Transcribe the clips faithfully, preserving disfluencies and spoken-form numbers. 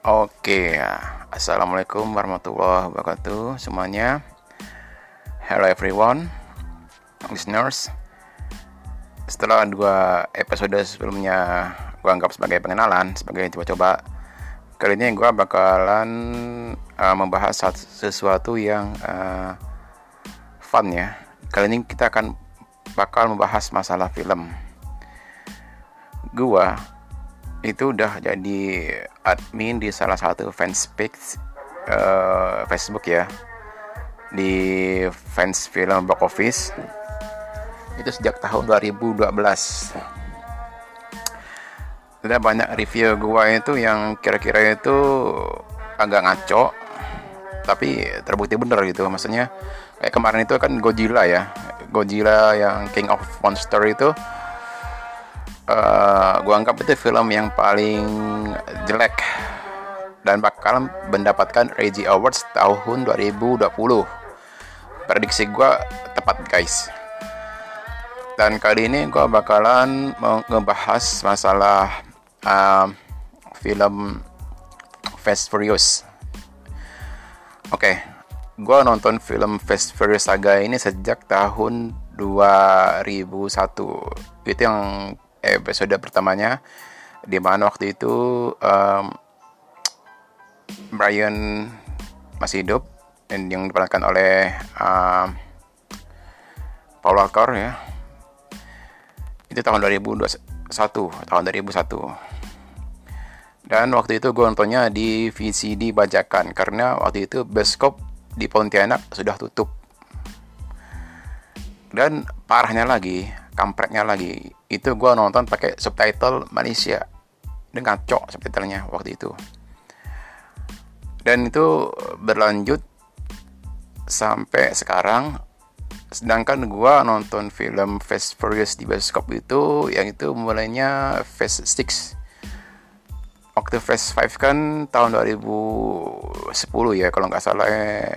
Oke, ya. Assalamualaikum warahmatullahi wabarakatuh semuanya. Hello everyone, listeners. Setelah dua episode sebelumnya gue anggap sebagai pengenalan, sebagai coba-coba, kali ini gue bakalan uh, membahas sesuatu yang uh, fun ya. Kali ini kita akan bakal membahas masalah film. Gua itu udah jadi admin di salah satu fanspage uh, Facebook ya, di fans film box office itu sejak tahun dua ribu dua belas. Ada banyak review gua itu yang kira-kira itu agak ngaco, tapi terbukti bener gitu. Maksudnya kayak kemarin itu kan Godzilla ya, Godzilla yang King of Monster itu, Uh, gue anggap itu film yang paling jelek dan bakal mendapatkan Razzie Awards tahun dua ribu dua puluh. Prediksi gue tepat guys. Dan kali ini gue bakalan ngebahas masalah uh, film Fast Furious. Oke, okay. Gue nonton film Fast Furious Saga ini sejak tahun dua ribu satu. Itu yang episode pertamanya, di mana waktu itu um, Brian masih hidup dan yang diperankan oleh um, Paul Walker ya. Itu tahun dua ribu satu, tahun dua ribu satu. Dan waktu itu gue nontonnya di V C D bajakan karena waktu itu bioskop di Pontianak sudah tutup. Dan parahnya lagi, kampretnya lagi, itu gue nonton pakai subtitle Malaysia dan ngaco subtitlenya waktu itu. Dan itu berlanjut sampai sekarang. Sedangkan gue nonton film Fast Furious di bioskop itu, yang itu mulainya Fast six. Waktu Fast five kan tahun dua ribu sepuluh ya kalau nggak salah.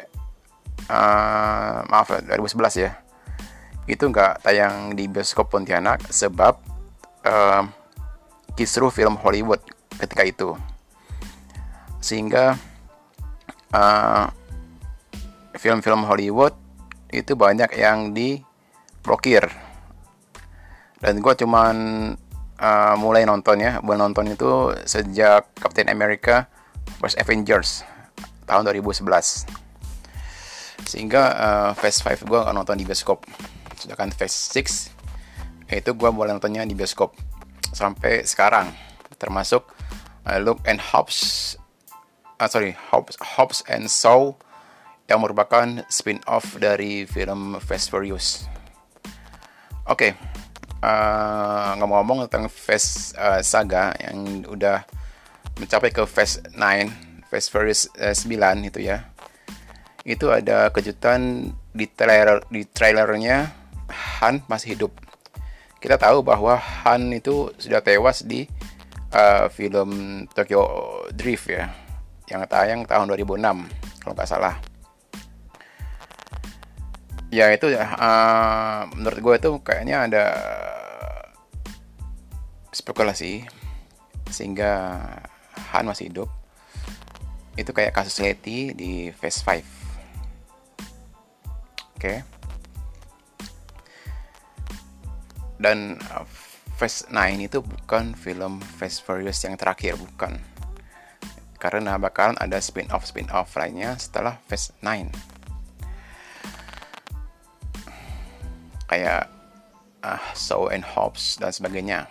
Uh, maaf dua ribu sebelas ya. Itu nggak tayang di bioskop Pontianak sebab uh, kisruh film Hollywood ketika itu, sehingga uh, film-film Hollywood itu banyak yang diblokir. Dan gue cuman uh, mulai nonton ya, gue nonton itu sejak Captain America First Avengers tahun dua ribu sebelas, sehingga uh, Fast five gue nggak nonton di bioskop. Sedangkan Fast six itu gue mulai nontonnya di bioskop sampai sekarang, termasuk uh, Luke and Hobbs uh, sorry Hobbs, Hobbs and Shaw yang merupakan spin-off dari film Fast Furious. Oke, okay. uh, ngomong-ngomong tentang Fast uh, Saga yang udah mencapai ke Fast nine, Fast Furious uh, nine itu ya, itu ada kejutan di trailer di trailernya. Han masih hidup. Kita tahu bahwa Han itu sudah tewas di uh, film Tokyo Drift ya, yang tayang tahun dua ribu enam kalau nggak salah. Ya itu uh, menurut gue itu kayaknya ada spekulasi sehingga Han masih hidup. Itu kayak kasus Letty di Fast five. Oke. Okay. Dan uh, Fast nine itu bukan film Fast Furious yang terakhir, bukan. Karena bakalan ada spin-off spin-off lainnya setelah Fast nine. Kayak uh, Shaw and Hobbs dan sebagainya.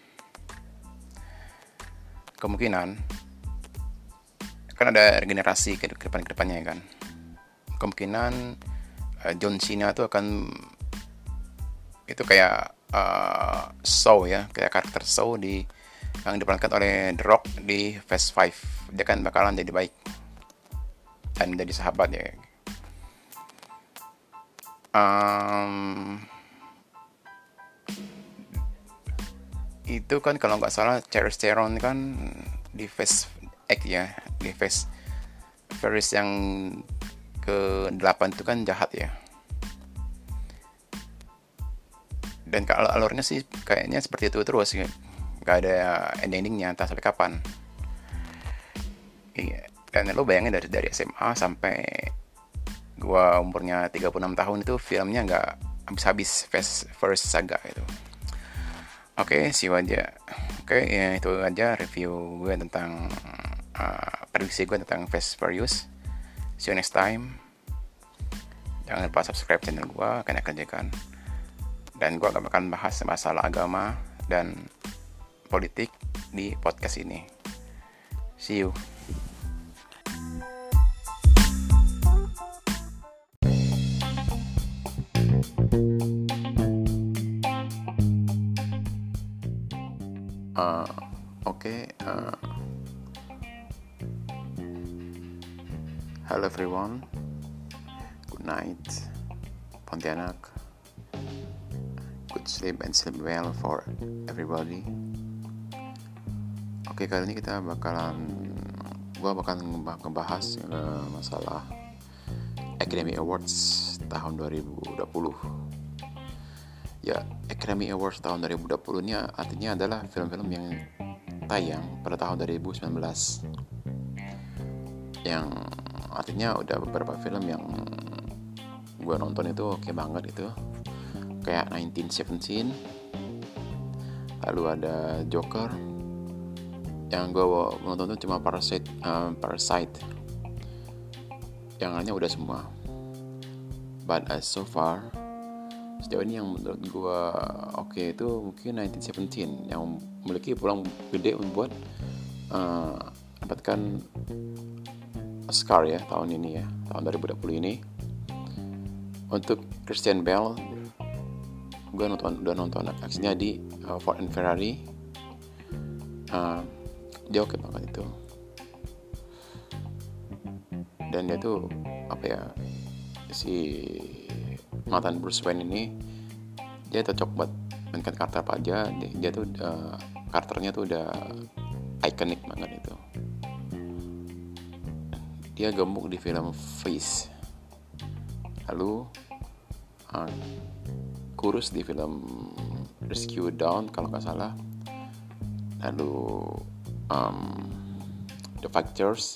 Kemungkinan kan ada regenerasi ke depan-depannya kan. Kemungkinan uh, John Cena itu akan itu kayak Uh, Shaw ya, kayak karakter Shaw di yang diperankan oleh The Rock di Fast five. Dia kan bakalan jadi baik dan jadi sahabat ya. Um, itu kan kalau nggak salah Charlize Theron kan di Fast X ya, di Fast Furious yang ke delapan itu kan jahat ya. Dan kalau alurnya sih kayaknya seperti itu terus, nggak ada ending-endingnya entah sampai kapan. Dan lo bayangin dari dari S M A sampai gue umurnya tiga puluh enam tahun itu filmnya nggak habis-habis first, first saga itu. Oke, okay, see you aja. Oke, okay, ya itu aja review gue tentang uh, prediksi gue tentang Fast Furious. See you next time. Jangan lupa subscribe channel gue, akan kerjakan. Dan gue akan akan bahas masalah agama dan politik di podcast ini. See you. Uh, Oke, okay, uh, hello everyone, good night, Pontianak, good sleep and sleep well for everybody. Oke, okay, kali ini kita bakalan, gua bakalan ngebahas uh, masalah Academy Awards tahun dua ribu dua puluh. Ya, Academy Awards tahun dua ribu dua puluh ini artinya adalah film-film yang tayang pada tahun dua ribu sembilan belas. Yang artinya udah beberapa film yang gue nonton itu oke okay banget itu. Kayak nineteen seventeen. Lalu ada Joker. Yang gue nonton itu cuma Parasite, uh, Parasite. Yang lainnya udah semua. But as so far, sejauh ini yang menurut gue oke okay itu mungkin nineteen seventeen yang memiliki peluang gede membuat uh, dapatkan Oscar ya tahun ini ya, tahun dua ribu dua puluh ini. Untuk Christian Bale, gue nonton udah nonton aksinya di uh, Ford and Ferrari. Uh, dia oke okay banget itu. Dan dia tuh apa ya, si mantan Bruce Wayne ini dia cocok buat mainkan karakter apa aja. Dia, dia tuh uh, karakternya tuh udah ikonik banget itu. Dia gemuk di film Face, lalu uh, kurus di film Rescue Dawn kalau nggak salah, lalu um, The Factors.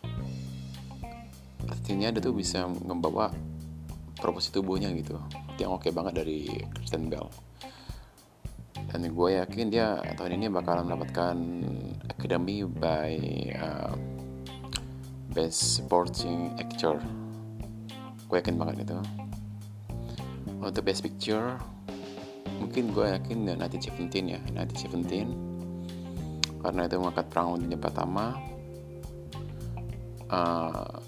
Artinya dia tuh bisa membawa proporsi tubuhnya gitu, yang oke okay banget dari Christian Bale. Dan gue yakin dia tahun ini bakal mendapatkan Academy by uh, Best Supporting Actor. Gue yakin banget itu. Untuk Best Picture, mungkin gue yakin nineteen seventeen ya, nineteen seventeen, karena itu mengangkat Perang Dunia Pertama. Uh,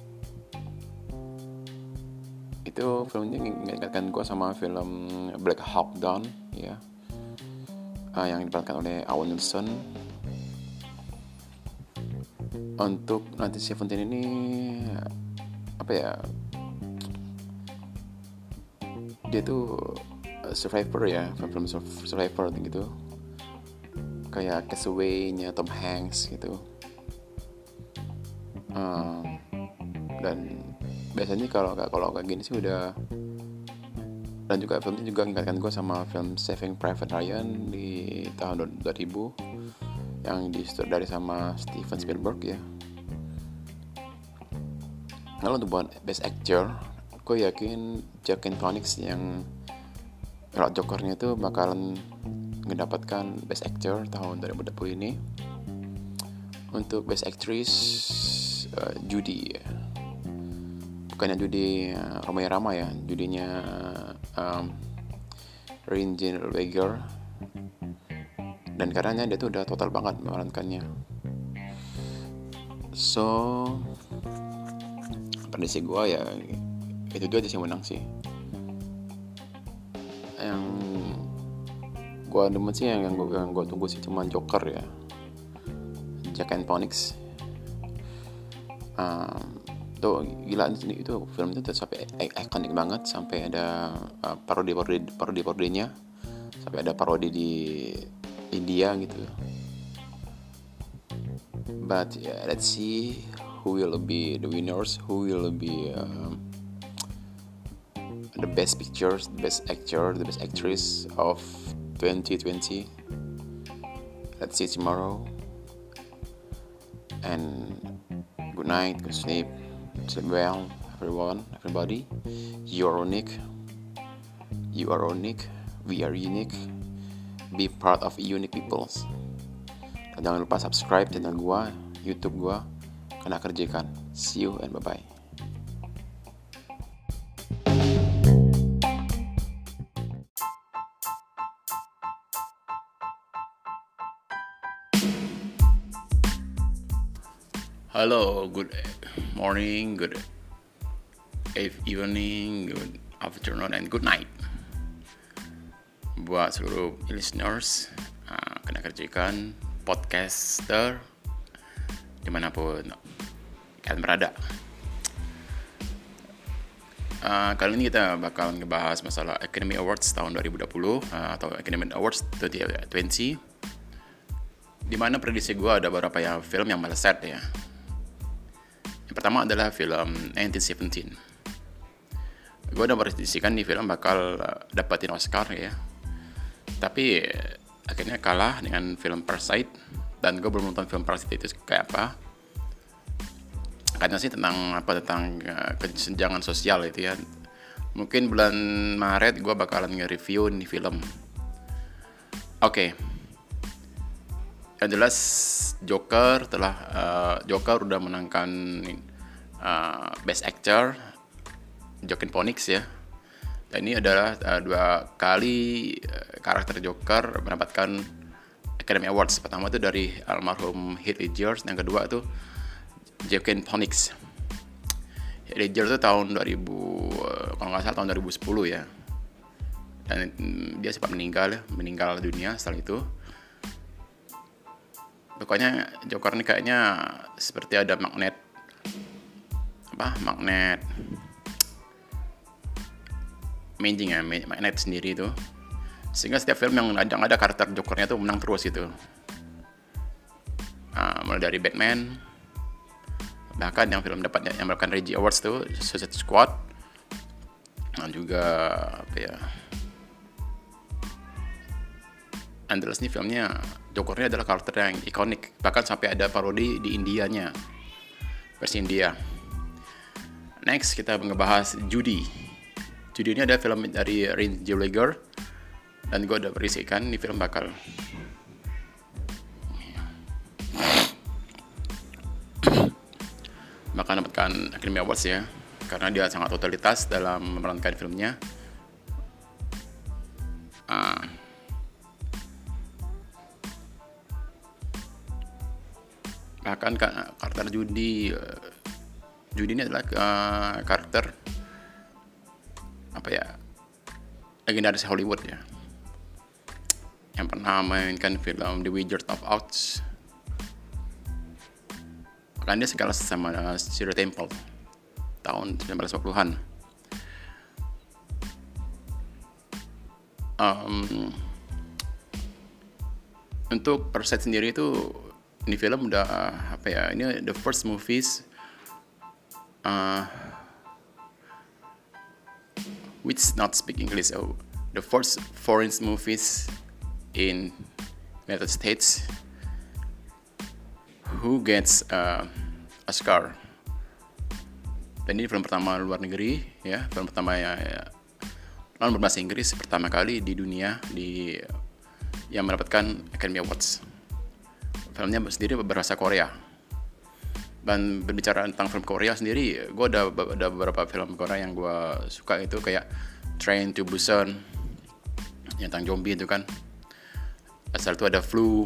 itu filmnya mengingatkan gue sama film Black Hawk Down ya, uh, yang diperankan oleh Owen Wilson. Untuk nineteen seventeen ini apa ya, dia tuh survivor ya, film survivor gitu, kayak Castaway-nya Tom Hanks gitu. uh, dan biasanya kalau kalau kayak gini sih udah. Dan juga filmnya juga mengingatkan gue sama film Saving Private Ryan di tahun dua ribu yang disutradari sama Steven Spielberg ya. Lalu untuk buat Best Actor, gue yakin Joaquin Phoenix yang kalau Jokernya itu bakalan mendapatkan Best Actor tahun dua ribu dua puluh ini. Untuk Best Actress, uh, Judy ya. Bukannya Judy uh, Romeo Rama ya, Judinya um, Renée Zellweger. Dan karenanya dia tuh udah total banget memerankannya. So prediksi gue ya itu dia aja sih menang sih. Yang gue demen sih yang gue yang gue tunggu sih cuma Joker ya, Joaquin Phoenix. Um, tuh gila itu film itu sampai ikonik banget, sampai ada uh, parodi parodi parodi parodinya, sampai ada parodi di India gitu. But yeah, let's see who will be the winners, who will be um, the best pictures, the best actor, the best actress of twenty twenty. Let's see tomorrow. And good night, good sleep, sleep well, everyone, everybody. You are unique. You are unique. We are unique. Be part of unique peoples. Dan jangan lupa subscribe channel gua, YouTube gua, Kena Kerjakan. See you and bye-bye. Hello, good morning, good evening, good afternoon, and good night. Buat seluruh listeners, uh, Kena Kerjakan, podcaster, dimanapun kalian berada. Uh, kali ini kita bakal ngebahas masalah Academy Awards tahun dua ribu dua puluh uh, atau Academy Awards dua ribu dua puluh. Dimana prediksi gue ada beberapa yang film yang meleset ya. Yang pertama adalah film nineteen seventeen. Gue udah prediksikan nih film bakal dapatin Oscar ya. Tapi akhirnya kalah dengan film Parasite. Dan gue belum nonton film Parasite itu kayak apa. Karena sih tentang apa tentang kesenjangan sosial itu ya. Mungkin bulan Maret gue bakalan nge-review nih film. Oke. Okay. Yang jelas Joker telah uh, Joker udah menangkan uh, Best Actor, Joaquin Phoenix ya. Dan ini adalah uh, dua kali uh, karakter Joker mendapatkan Academy Awards. Pertama itu dari almarhum Heath Ledger, yang kedua itu Joaquin Phoenix. Heath Ledger itu tahun dua ribu uh, kalau nggak salah tahun dua ribu sepuluh ya. Dan um, dia sempat meninggal ya, meninggal dunia setelah itu. Pokoknya Joker ini kayaknya seperti ada magnet apa magnet magic ya magnet sendiri itu, sehingga setiap film yang ada ada karakter Jokernya tuh menang terus gitu. Nah, mulai dari Batman, bahkan yang film dapat yang mendapatkan Reggie Awards tuh Suicide Squad, dan juga apa ya, Angeles nih filmnya Jokernya adalah karakter yang ikonik, bahkan sampai ada parodi di Indianya, versi India. Next kita ngebahas Judy. Judy ini ada film dari Renée Zellweger, dan gue udah berisikan di film bakal bakal dapatkan Academy Awards ya, karena dia sangat totalitas dalam memerankan filmnya. Uh, bahkan karakter Judy Judy ini adalah uh, karakter apa ya, legendaris Hollywood ya, yang pernah memainkan film The Wizard of Oz. Bahkan dia segala sama Shirley Temple tahun sembilan belas lima puluhan. Um, untuk Parasite sendiri itu, ini film udah apa ya, ini the first movies uh, which not speak English, so the first foreign movies in United States who gets uh, Oscar. Dan ini film pertama luar negeri ya, film pertama ya, ya non berbahasa Inggris pertama kali di dunia di yang mendapatkan Academy Awards. Filmnya sendiri berbahasa Korea. Dan berbicara tentang film Korea sendiri, gue ada, ada beberapa film Korea yang gue suka itu, kayak Train to Busan yang tentang zombie itu kan. Asal itu ada Flu.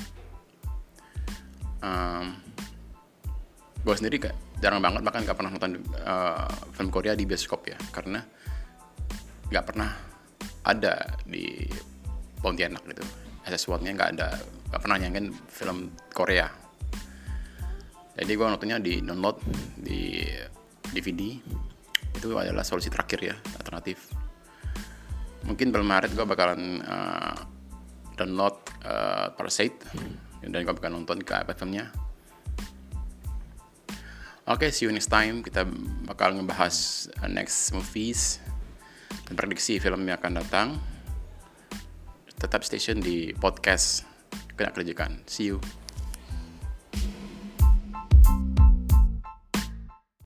Um, gue sendiri gak, jarang banget bahkan gak pernah nonton uh, film Korea di bioskop ya, karena gak pernah ada di Pontianak gitu. S S one-nya gak ada, gak pernah nyangin film Korea. Jadi gue nontonnya di download di D V D. Itu adalah solusi terakhir ya, alternatif. Mungkin bulan Maret gue bakalan uh, download uh, Parasite, dan gue bakal nonton ke apa filmnya. Oke, okay, see you next time. Kita bakal ngebahas uh, next movies dan prediksi film yang akan datang. Tetap stay tune di podcast Kena Kerjakan. See you.